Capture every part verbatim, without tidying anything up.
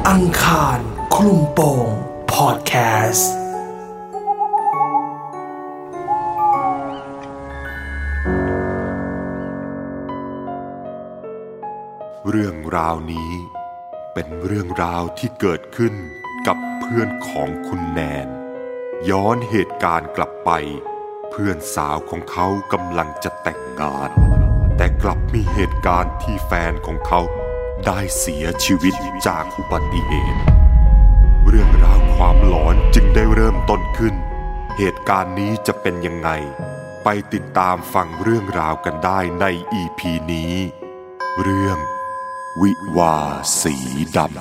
อังคารคลุมโปงพอดแคสต์เรื่องราวนี้เป็นเรื่องราวที่เกิดขึ้นกับเพื่อนของคุณแนนย้อนเหตุการณ์กลับไปเพื่อนสาวของเขากำลังจะแต่งงานแต่กลับมีเหตุการณ์ที่แฟนของเขาได้เสียชีวิตจากอุบัติเหตุเรื่องราวความหลอนจึงได้เริ่มต้นขึ้นเหตุการณ์นี้จะเป็นยังไงไปติดตามฟังเรื่องราวกันได้ใน อี พี นี้เรื่องวิวาสีดำ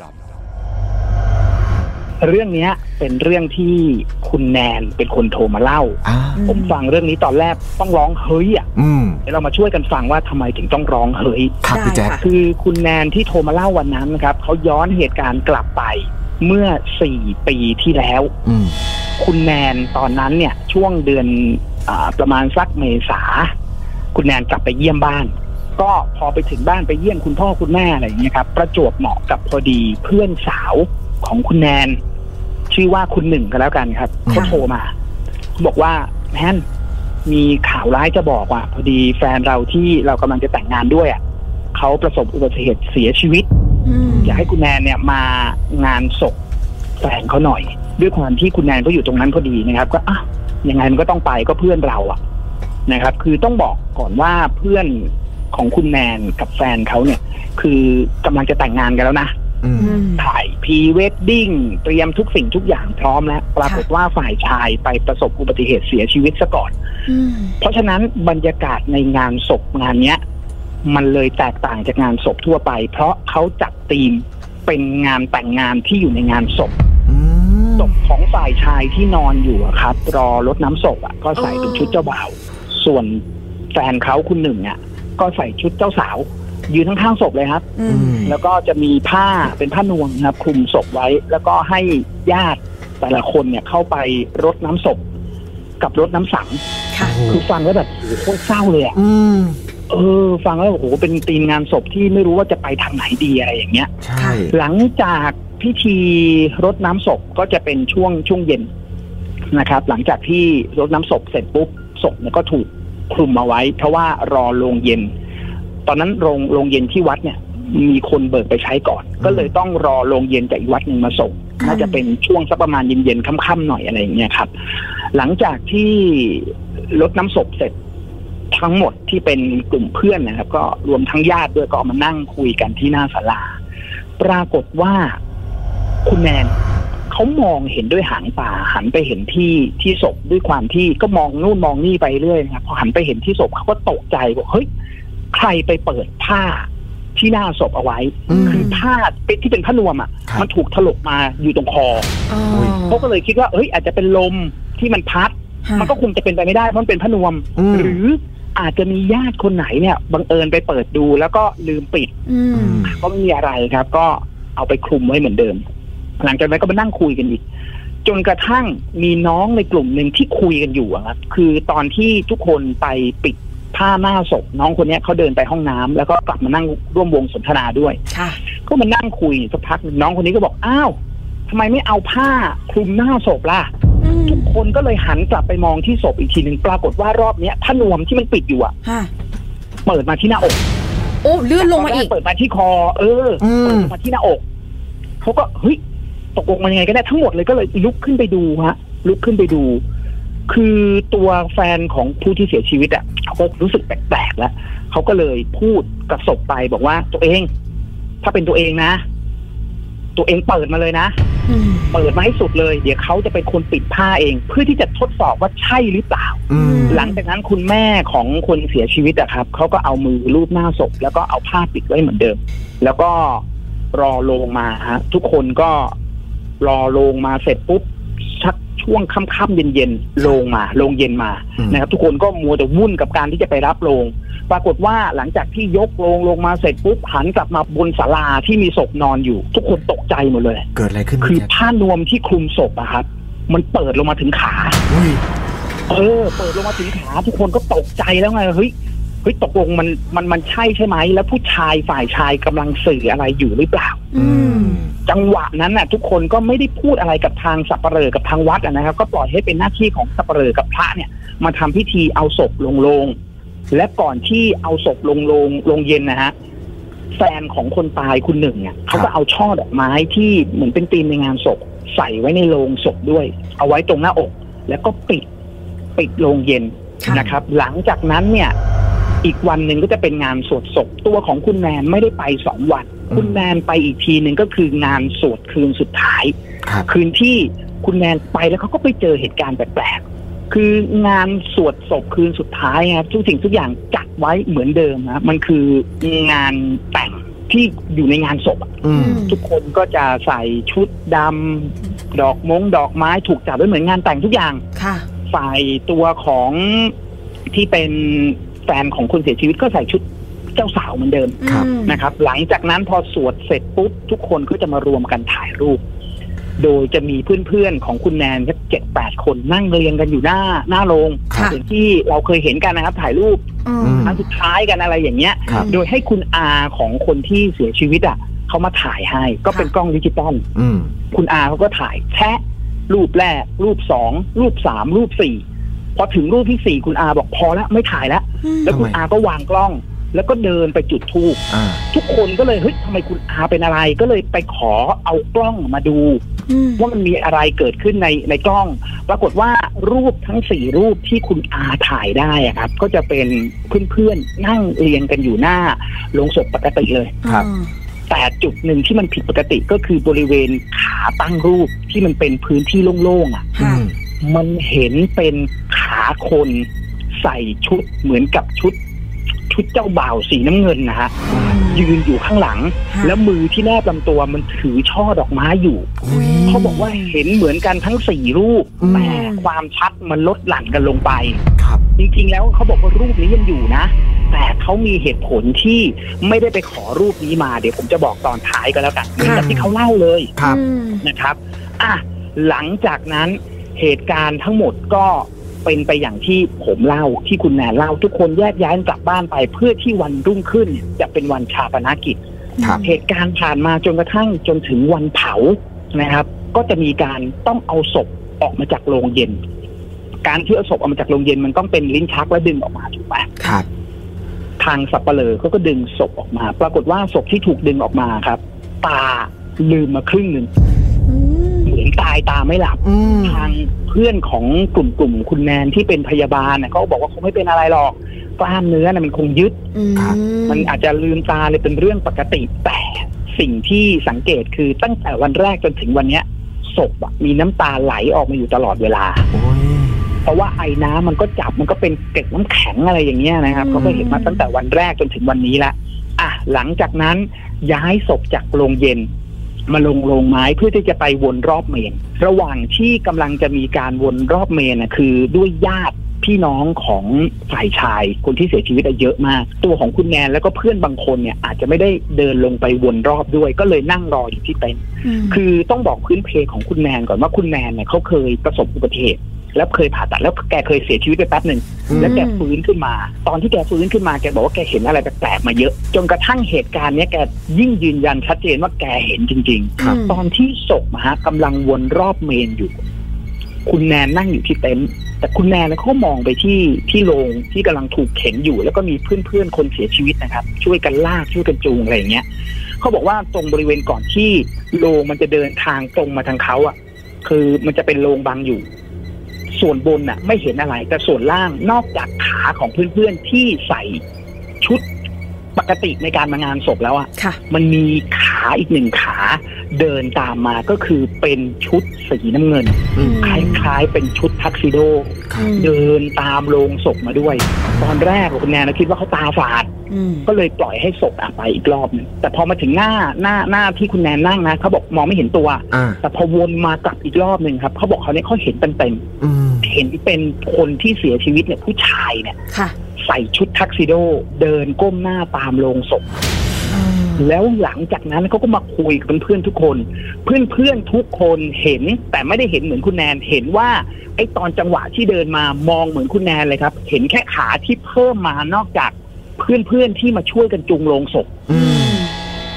เรื่องนี้เป็นเรื่องที่คุณแนนเป็นคนโทรมาเล่าผมฟังเรื่องนี้ตอนแรกต้องร้องเฮ้ยอ่ะเดี๋ยวเรามาช่วยกันฟังว่าทำไมถึงต้องร้องเฮ้ยครับพี่แจ๊คคือคุณแนนที่โทรมาเล่าวันนั้นครับเขาย้อนเหตุการณ์กลับไปเมื่อสี่ปีที่แล้วคุณแนนตอนนั้นเนี่ยช่วงเดือนอ่าประมาณสักเมษาคุณแนนกลับไปเยี่ยมบ้านก็พอไปถึงบ้านไปเยี่ยมคุณพ่อคุณแม่อะไรอย่างเงี้ยครับประจวบเหมาะกับพอดีเพื่อนสาวของคุณแนนชื่อว่าคุณหนึ่งก็แล้วกันครับเขาโทรมาบอกว่าแนนมีข่าวร้ายจะบอกว่าพอดีแฟนเราที่เรากำลังจะแต่งงานด้วยอ่ะเขาประสบอุบัติเหตุเสียชีวิตอยากให้คุณแนนเนี่ยมางานศพแฟนเขาหน่อยด้วยความที่คุณแนนก็อยู่ตรงนั้นพอดีนะครับก็อ่ะยังไงมันก็ต้องไปก็เพื่อนเราอ่ะนะครับคือต้องบอกก่อนว่าเพื่อนของคุณแนนกับแฟนเขาเนี่ยคือกำลังจะแต่งงานกันแล้วนะถ่ายพรีเวดดิ้งเตรียมทุกสิ่งทุกอย่างพร้อมแล้วปรากฏว่าฝ่ายชายไปประสบอุบัติเหตุเสียชีวิตซะก่อนเพราะฉะนั้นบรรยากาศในงานศพงานเนี้ยมันเลยแตกต่างจากงานศพทั่วไปเพราะเขาจัดธีมเป็นงานแต่งงานที่อยู่ในงานศพศพของฝ่ายชายที่นอนอยู่ครับรอรดน้ำศพอ่ะก็ใส่เป็นชุดเจ้าบ่าวส่วนแฟนเขาคุณหนึ่งอ่ะก็ใส่ชุดเจ้าสาวยืนข้างๆศพเลยครับแล้วก็จะมีผ้าเป็นผ้านวมครับคลุมศพไว้แล้วก็ให้ญาติแต่ละคนเนี่ยเข้าไปรดน้ำศพกับรดน้ำสังคือฟังแล้วแบบโคตรเศร้าเลยอ่ะเออฟังแล้วโอ้โหเป็นธีมงานศพที่ไม่รู้ว่าจะไปทางไหนดีอะไรอย่างเงี้ยใช่หลังจากพิธีรดน้ำศพก็จะเป็นช่วงช่วงเย็นนะครับหลังจากที่รดน้ำศพเสร็จปุ๊บศพเนี่ยก็ถูกคลุมเอาไว้เพราะว่ารอโรงเย็นตอนนั้นโรงโรงเย็นที่วัดเนี่ยมีคนเบิกไปใช้ก่อนก็เลยต้องรอโรงเย็นจากอีกวัดหนึ่งมาส่งน่าจะเป็นช่วงสักประมาณเย็นๆค่ำๆหน่อยอะไรอย่างเงี้ยครับหลังจากที่รดน้ำศพเสร็จทั้งหมดที่เป็นกลุ่มเพื่อนนะครับก็รวมทั้งญาติด้วยก็มานั่งคุยกันที่หน้าศาลาปรากฏว่าคุณแนนเขามองเห็นด้วยหางตาหันไปเห็นที่ที่ศพด้วยความที่ก็มองนู่นมองนี่ไปเรื่อยนะครับพอหันไปเห็นที่ศพเขาก็ตกใจบอกเฮ้ยใครไปเปิดผ้าที่หน้าศพเอาไว้คือผ้าที่เป็นผ้านวมอ่ะมันถูกถลกมาอยู่ตรงคอเขาก็เลยคิดว่าเฮ้ยอาจจะเป็นลมที่มันพัดมันก็คงจะเป็นไปไม่ได้เพราะมันเป็นผ้านวมหรืออาจจะมีญาติคนไหนเนี่ยบังเอิญไปเปิดดูแล้วก็ลืมปิดก็ไม่มีอะไรครับก็เอาไปคลุมไว้เหมือนเดิมหลังจากนั้นก็มานั่งคุยกันอีกจนกระทั่งมีน้องในกลุ่มหนึ่งที่คุยกันอยู่ครับคือตอนที่ทุกคนไปปิดผ้าหน้าศพน้องคนนี้เขาเดินไปห้องน้ำแล้วก็กลับมานั่งร่วมวงสนทนาด้วยก็มานั่งคุยสักพักน้องคนนี้ก็บอกอ้าวทำไมไม่เอาผ้าคลุมหน้าศพล่ะทุกคนก็เลยหันกลับไปมองที่ศพอีกทีหนึ่งปรากฏว่ารอบนี้ผ้านวมที่มันปิดอยู่อ่ะเปิดมาที่หน้าอกโอ้เลื่อนลงมาอีกเปิดมาที่คอเออเปิดมาที่หน้าอกเขาก็เฮ้ยตกลงมันยังไงก็ได้ทั้งหมดเลยก็เลยลุกขึ้นไปดูฮะลุกขึ้นไปดูคือตัวแฟนของผู้ที่เสียชีวิตอ่ะเขาก็รู้สึกแปลกๆแล้วเขาก็เลยพูดกับศพไปบอกว่าตัวเองถ้าเป็นตัวเองนะตัวเองเปิดมาเลยนะเปิดมาให้สุดเลยเดี๋ยวเขาจะเป็นคนปิดผ้าเองเพื่อที่จะทดสอบว่าใช่หรือเปล่าหลังจากนั้นคุณแม่ของคนเสียชีวิตอะครับเขาก็เอามือลูบหน้าศพแล้วก็เอาผ้าปิดไว้เหมือนเดิมแล้วก็รอลงมาฮะทุกคนก็รอลงมาเสร็จปุ๊บชักช่วงค่ำๆเย็นๆลงมาลงเย็นมานะครับทุกคนก็มัวแต่วุ่นกับการที่จะไปรับโลงปรากฏว่าหลังจากที่ยกโลงลงมาเสร็จปุ๊บหันกลับมาบนศาลาที่มีศพนอนอยู่ทุกคนตกใจหมดเลยเกิดอะไรขึ้นคือผ้านวมที่คลุมศพอะครับมันเปิดลงมาถึงขาเออเปิดลงมาถึงขาทุกคนก็ตกใจแล้วไงเฮ้ยเฮ้ยตกลงมันมันมันใช่ใช่ไหมแล้วผู้ชายฝ่ายชายกำลังสื่ออะไรอยู่หรือเปล่าจังหวะนั้นน่ะทุกคนก็ไม่ได้พูดอะไรกับทางสับปะเหร่อกับทางวัดนะครับก็ปล่อยให้เป็นหน้าที่ของสับปะเหร่อกับพระเนี่ยมาทำพิธีเอาศพลงโลงและก่อนที่เอาศพลงโลงลงเย็นนะฮะแฟนของคนตายคุณหนึ่งเนี่ยเขาก็เอาช่อดอกไม้ที่เหมือนเป็นธีมในงานศพใส่ไว้ในโลงศพด้วยเอาไว้ตรงหน้าอกแล้วก็ปิดปิดโลงเย็นนะครับหลังจากนั้นเนี่ยอีกวันหนึ่งก็จะเป็นงานสวดศพตัวของคุณแนนไม่ได้ไปสองวันคุณแนนไปอีกทีหนึ่งก็คืองานสวดคืนสุดท้ายคืนที่คุณแนนไปแล้วเขาก็ไปเจอเหตุการณ์แปลกๆคืองานสวดศพคืนสุดท้ายครับทุกสิ่งทุกอย่างจัดไว้เหมือนเดิมนะมันคืองานแต่งที่อยู่ในงานศพทุกคนก็จะใส่ชุดดำดอกมงดอกไม้ถูกจัดไว้เหมือนงานแต่งทุกอย่างฝ่ายตัวของที่เป็นแฟนของคนเสียชีวิตก็ใส่ชุดเจ้าสาวเหมือนเดิมนะครับหลังจากนั้นพอสวดเสร็จปุ๊บทุกคนก็จะมารวมกันถ่ายรูปโดยจะมีเพื่อนๆของคุณแนนสักเจ็ดแปดคนนั่งเรียงกันอยู่หน้าหน้าโรงอย่างที่เราเคยเห็นกันนะครับถ่ายรูปอันสุดท้ายกันอะไรอย่างเงี้ยโดยให้คุณอาของคนที่เสียชีวิตอ่ะเขามาถ่ายให้ก็เป็นกล้องดิจิตอลคุณอาเขาก็ถ่ายแชะรูปแรกรูปสองรูปสามรูปสี่พอถึงรูปที่สี่คุณอาบอกพอแล้วไม่ถ่ายแล้วแล้วคุณอาก็วางกล้องแล้วก็เดินไปจุดธูปทุกคนก็เลยเฮ้ยทำไมคุณอาเป็นอะไรก็เลยไปขอเอากล้องมาดูว่ามันมีอะไรเกิดขึ้นในในกล้องปรากฏว่ารูปทั้งสี่รูปที่คุณอาถ่ายได้ครับก็จะเป็นเพื่อนๆนั่งเรียงกันอยู่หน้าโลงศพปกติเลยครับแต่จุดหนึ่งที่มันผิดปกติก็คือบริเวณขาตั้งรูปที่มันเป็นพื้นที่โล่งๆอ่ะมันเห็นเป็นขาคนใส่ชุดเหมือนกับชุดชุดเจ้าบ่าวสีน้ำเงินนะฮะยืนอยู่ข้างหลังแล้วมือที่แนบลำตัวมันถือช่อดอกไม้อยู่เขาบอกว่าเห็นเหมือนกันทั้งสี่รูปแต่ความชัดมันลดหลั่นกันลงไปจริงๆแล้วเขาบอกว่ารูปนี้ยังอยู่นะแต่เขามีเหตุผลที่ไม่ได้ไปขอรูปนี้มาเดี๋ยวผมจะบอกตอนท้ายก็แล้วกันเหมือนกับที่เขาเล่าเลยนะครับอ่ะหลังจากนั้นเหตุการณ์ทั้งหมดก็เป็นไปอย่างที่ผมเล่าที่คุณแนนเล่าทุกคนแยกย้ายกลับบ้านไปเพื่อที่วันรุ่งขึ้นจะเป็นวันชาปนกิจเหตุการณ์ผ่านมาจนกระทั่งจนถึงวันเผานะครับก็จะมีการต้องเอาศพออกมาจากโรงเย็นการที่เอาศพออกมาจากโรงเย็นมันต้องเป็นลิ้นชักและดึงออกมาถูกไหมครับทางสับปะเหร่อเขาก็ดึงศพออกมาปรากฏว่าศพที่ถูกดึงออกมาครับตาลืมมาครึ่งหนึ่งเหมือนตายตาไม่หลับทางเพื่อนของกลุ่มกลุ่มคุณแนนที่เป็นพยาบาลเขาบอกว่าคงไม่เป็นอะไรหรอกกล้ามเนื้อนะมันคงยึดมันอาจจะลืมตาเลยเป็นเรื่องปกติแต่สิ่งที่สังเกตคือตั้งแต่วันแรกจนถึงวันเนี้ยศพมีน้ำตาไหลออกมาอยู่ตลอดเวลาเพราะว่าไอ้น้ำมันก็จับมันก็เป็นเกล็ดน้ำแข็งอะไรอย่างเงี้ยนะครับเขาก็เห็นมาตั้งแต่วันแรกจนถึงวันนี้ละอ่ะหลังจากนั้นย้ายศพจากโรงเย็นมาลงโรงไม้เพื่อที่จะไปวนรอบเมนระหว่างที่กำลังจะมีการวนรอบเมนน่ะคือด้วยญาติพี่น้องของฝ่ายชายคนที่เสียชีวิตเยอะมากตัวของคุณแนนแล้วก็เพื่อนบางคนเนี่ยอาจจะไม่ได้เดินลงไปวนรอบด้วยก็เลยนั่งรออยู่ที่เต็นท์คือต้องบอกพื้นเพของคุณแนนก่อนว่าคุณแนนเนี่ยเขาเคยประสบอุบัติเหตุแล้วเคยผ่าตัดแล้วแกเคยเสียชีวิตไปแป๊บหนึ่งแล้วแกฟื้นขึ้นมาตอนที่แกฟื้นขึ้นมาแกบอกว่าแกเห็นอะไรแปลกๆมาเยอะจนกระทั่งเหตุการณ์นี้แกยิ่งยืนยันชัดเจนว่าแกเห็นจริงๆตอนที่ศพฮะกำลังวนรอบเมนอยู่คุณแนนนั่งอยู่ที่เต็นท์แต่คุณแนนเขามองไปที่ที่โรงที่กำลังถูกเข็นอยู่แล้วก็มีเพื่อนๆคนเสียชีวิตนะครับช่วยกันลากช่วยกันจูงอะไรอย่างเงี้ยเขาบอกว่าตรงบริเวณก่อนที่โรงมันจะเดินทางตรงมาทางเขาอ่ะคือมันจะเป็นโรงบังอยู่ส่วนบนน่ะไม่เห็นอะไรแต่ส่วนล่างนอกจากขาของเพื่อนๆที่ใส่ชุดปกติในการมางานศพแล้วอ่ะมันมีขาอีกหนึ่งขาเดินตามมาก็คือเป็นชุดสีน้ำเงินคล้ายๆเป็นชุดทักซิโดเดินตามโลงศพมาด้วยตอนแรกคุณแนนคิดว่าเขาตาฝาดก็เลยปล่อยให้ศพไปอีกรอบนึงแต่พอมาถึงหน้าหน้าหน้าที่คุณแนนนั่งนะเขาบอกมองไม่เห็นตัวแต่พอวนมากลับอีกรอบนึงครับเขาบอกเขาเนี่ยเขาเห็นเต็มๆเห็นเป็นคนที่เสียชีวิตเนี่ยผู้ชายเนี่ยใส่ชุดทักซิโดเดินก้มหน้าตามโลงศพแล้วหลังจากนั้นเขาก็มาคุยกับเพื่อนๆทุกคนเพื่อนๆทุกคนเห็นแต่ไม่ได้เห็นเหมือนคุณแนนเห็นว่าไอ้ตอนจังหวะที่เดินมามองเหมือนคุณแนนเลยครับเห็นแค่ขาที่เพิ่มมานอกจากเพื่อนๆที่มาช่วยกันจูงโลงศพ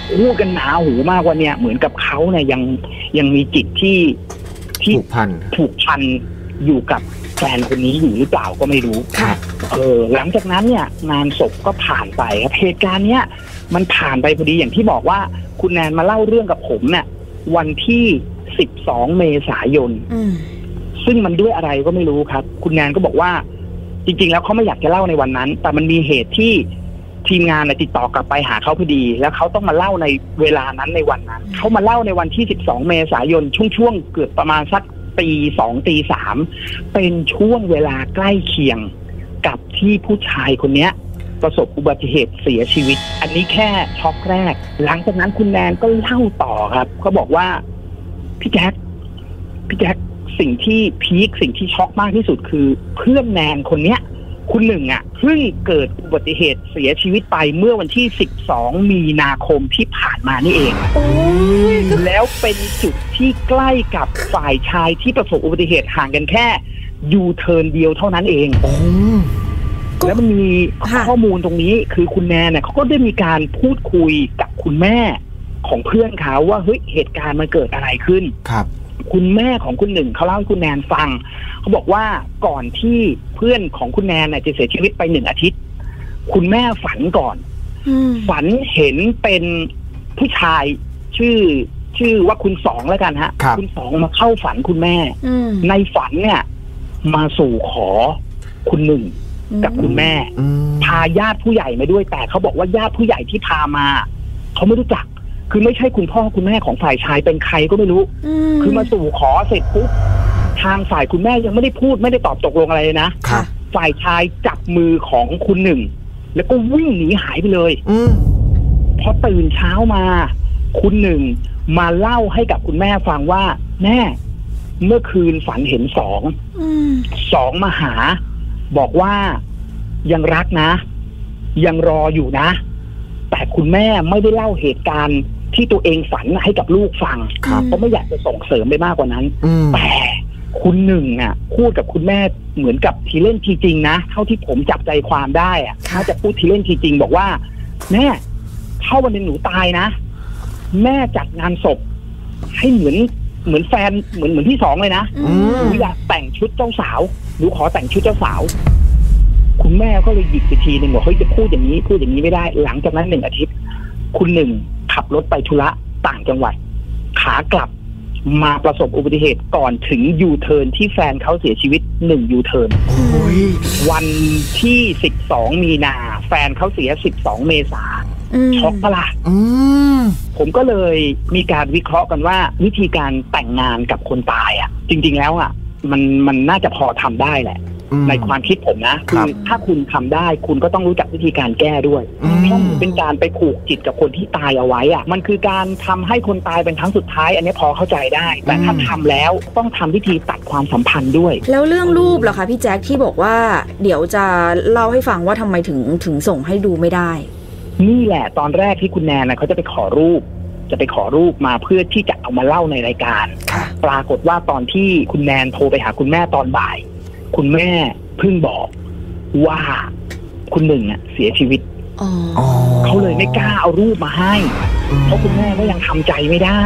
พูดกันหนาหูมากว่าเนี่ยเหมือนกับเขาเนี่ยยังยังมีจิตที่ที่ผูกพันผูกพันอยู่กับแฟนคนนี้อยู่หรือเปล่าก็ไม่รู้ค่ะเออหลังจากนั้นเนี่ยงานศพก็ผ่านไปครับเหตุการณ์เนี้ยมันผ่านไปพอดีอย่างที่บอกว่าคุณแนนมาเล่าเรื่องกับผมเนี่ยวันที่สิบสองเมษายนซึ่งมันด้วยอะไรก็ไม่รู้ครับคุณแนนก็บอกว่าจริงๆแล้วเขาไม่อยากจะเล่าในวันนั้นแต่มันมีเหตุที่ทีมงานติดต่อกลับไปหาเขาพอดีแล้วเขาต้องมาเล่าในเวลานั้นในวันนั้นเขามาเล่าในวันที่สิบสองเมษายนช่วงๆเกือบประมาณสักตีสองตีสามเป็นช่วงเวลาใกล้เคียงกับที่ผู้ชายคนนี้ประสบอุบัติเหตุเสียชีวิตอันนี้แค่ช็อกแรกหลังจากนั้นคุณแนนก็เล่าต่อครับเขาบอกว่าพี่แจ๊คพี่แจ๊คสิ่งที่พีคสิ่งที่ช็อกมากที่สุดคือเพื่อนแนนคนเนี้ยคุณหนึ่งอ่ะเพิ่งเกิดอุบัติเหตุเสียชีวิตไปเมื่อวันที่สิบสองมีนาคมที่ผ่านมานี่เองแล้วเป็นจุดที่ใกล้กับฝ่ายชายที่ประสบอุบัติเหตุห่างกันแค่ยูเทิร์นเดียวเท่านั้นเองแล้วมันมีข้อมูลตรงนี้คือคุณแนนเนี่ยเขาก็ได้มีการพูดคุยกับคุณแม่ของเพื่อนเขาว่าเฮ้ยเหตุการณ์มันเกิดอะไรขึ้นครับคุณแม่ของคุณหนึ่งเขาเล่าให้คุณแนนฟังเขาบอกว่าก่อนที่เพื่อนของคุณแนนจะเสียชีวิตไปหนึ่งอาทิตย์คุณแม่ฝันก่อนฝันเห็นเป็นผู้ชายชื่อชื่อว่าคุณสองแล้วกันฮะ คุณสองมาเข้าฝันคุณแม่ในฝันเนี่ยมาสู่ขอคุณหนึ่งกับคุณแม่พาญาติผู้ใหญ่มาด้วยแต่เขาบอกว่าญาติผู้ใหญ่ที่พามาเขาไม่รู้จักคือไม่ใช่คุณพ่อคุณแม่ของฝ่ายชายเป็นใครก็ไม่รู้คือมาสู่ขอเสร็จปุ๊บทางฝ่ายคุณแม่ยังไม่ได้พูดไม่ได้ตอบตกลงอะไรเลยนะฝ่ายชายจับมือของคุณหนึ่งแล้วก็วิ่งหนีหายไปเลยพอตื่นเช้ามาคุณหนึ่งมาเล่าให้กับคุณแม่ฟังว่าแม่เมื่อคืนฝันเห็นสองสองมาหาบอกว่ายังรักนะยังรออยู่นะแต่คุณแม่ไม่ได้เล่าเหตุการณ์ที่ตัวเองฝันให้กับลูกฟังเพราะไม่อยากจะส่งเสริมไปมากกว่านั้นแต่คุณหนึ่งอ่ะพูดกับคุณแม่เหมือนกับทีเล่นทีจริงนะเท่าที่ผมจับใจความได้อ่ะถ้าจะพูดทีเล่นทีจริงบอกว่าแม่ถ้าวันหนึ่งหนูตายนะแม่จัดงานศพให้เหมือนเหมือนแฟนเหมือนเหมือนที่สองเลยนะหนูอยากแต่งชุดเจ้าสาวหนูขอแต่งชุดเจ้าสาวคุณแม่ก็เลยหยิบไปทีหนึ่งบอกเฮ้ยจะพูดอย่างนี้พูดอย่างนี้ไม่ได้หลังจากนั้นหนึ่งอาทิตย์คุณหนึ่งขับรถไปธุระต่างจังหวัดขากลับมาประสบอุบัติเหตุก่อนถึงยูเทิร์นที่แฟนเขาเสียชีวิตหนึ่งยูเทิร์นวันที่สิบสองมีนาแฟนเขาเสียสิบสองเมษาช็อกปะล่ะผมก็เลยมีการวิเคราะห์กันว่าวิธีการแต่งงานกับคนตายอ่ะจริงๆแล้วอ่ะมันมันน่าจะพอทำได้แหละในความคิดผมนะคือถ้าคุณทำได้คุณก็ต้องรู้จักวิธีการแก้ด้วยเพราะมันเป็นการไปผูกจิตกับคนที่ตายเอาไว้อ่ะมันคือการทำให้คนตายเป็นครั้งสุดท้ายอันนี้พอเข้าใจได้แต่ถ้าทำแล้วต้องทำวิธีตัดความสัมพันธ์ด้วยแล้วเรื่องรูปเหรอคะพี่แจ็คที่บอกว่าเดี๋ยวจะเล่าให้ฟังว่าทำไมถึงถึงส่งให้ดูไม่ได้นี่แหละตอนแรกที่คุณแนนนะเขาจะไปขอรูปจะไปขอรูปมาเพื่อที่จะเอามาเล่าในรายการปรากฏว่าตอนที่คุณแนนโทรไปหาคุณแม่ตอนบ่ายคุณแม่เพิ่งบอกว่าคุณหนึ่งอ่ะเสียชีวิตเขาเลยไม่กล้าเอารูปมาให้เพราะคุณแม่ก็ยังทำใจไม่ได้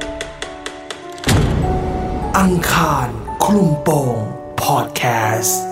อังคารคลุมโปงพอดแคสต์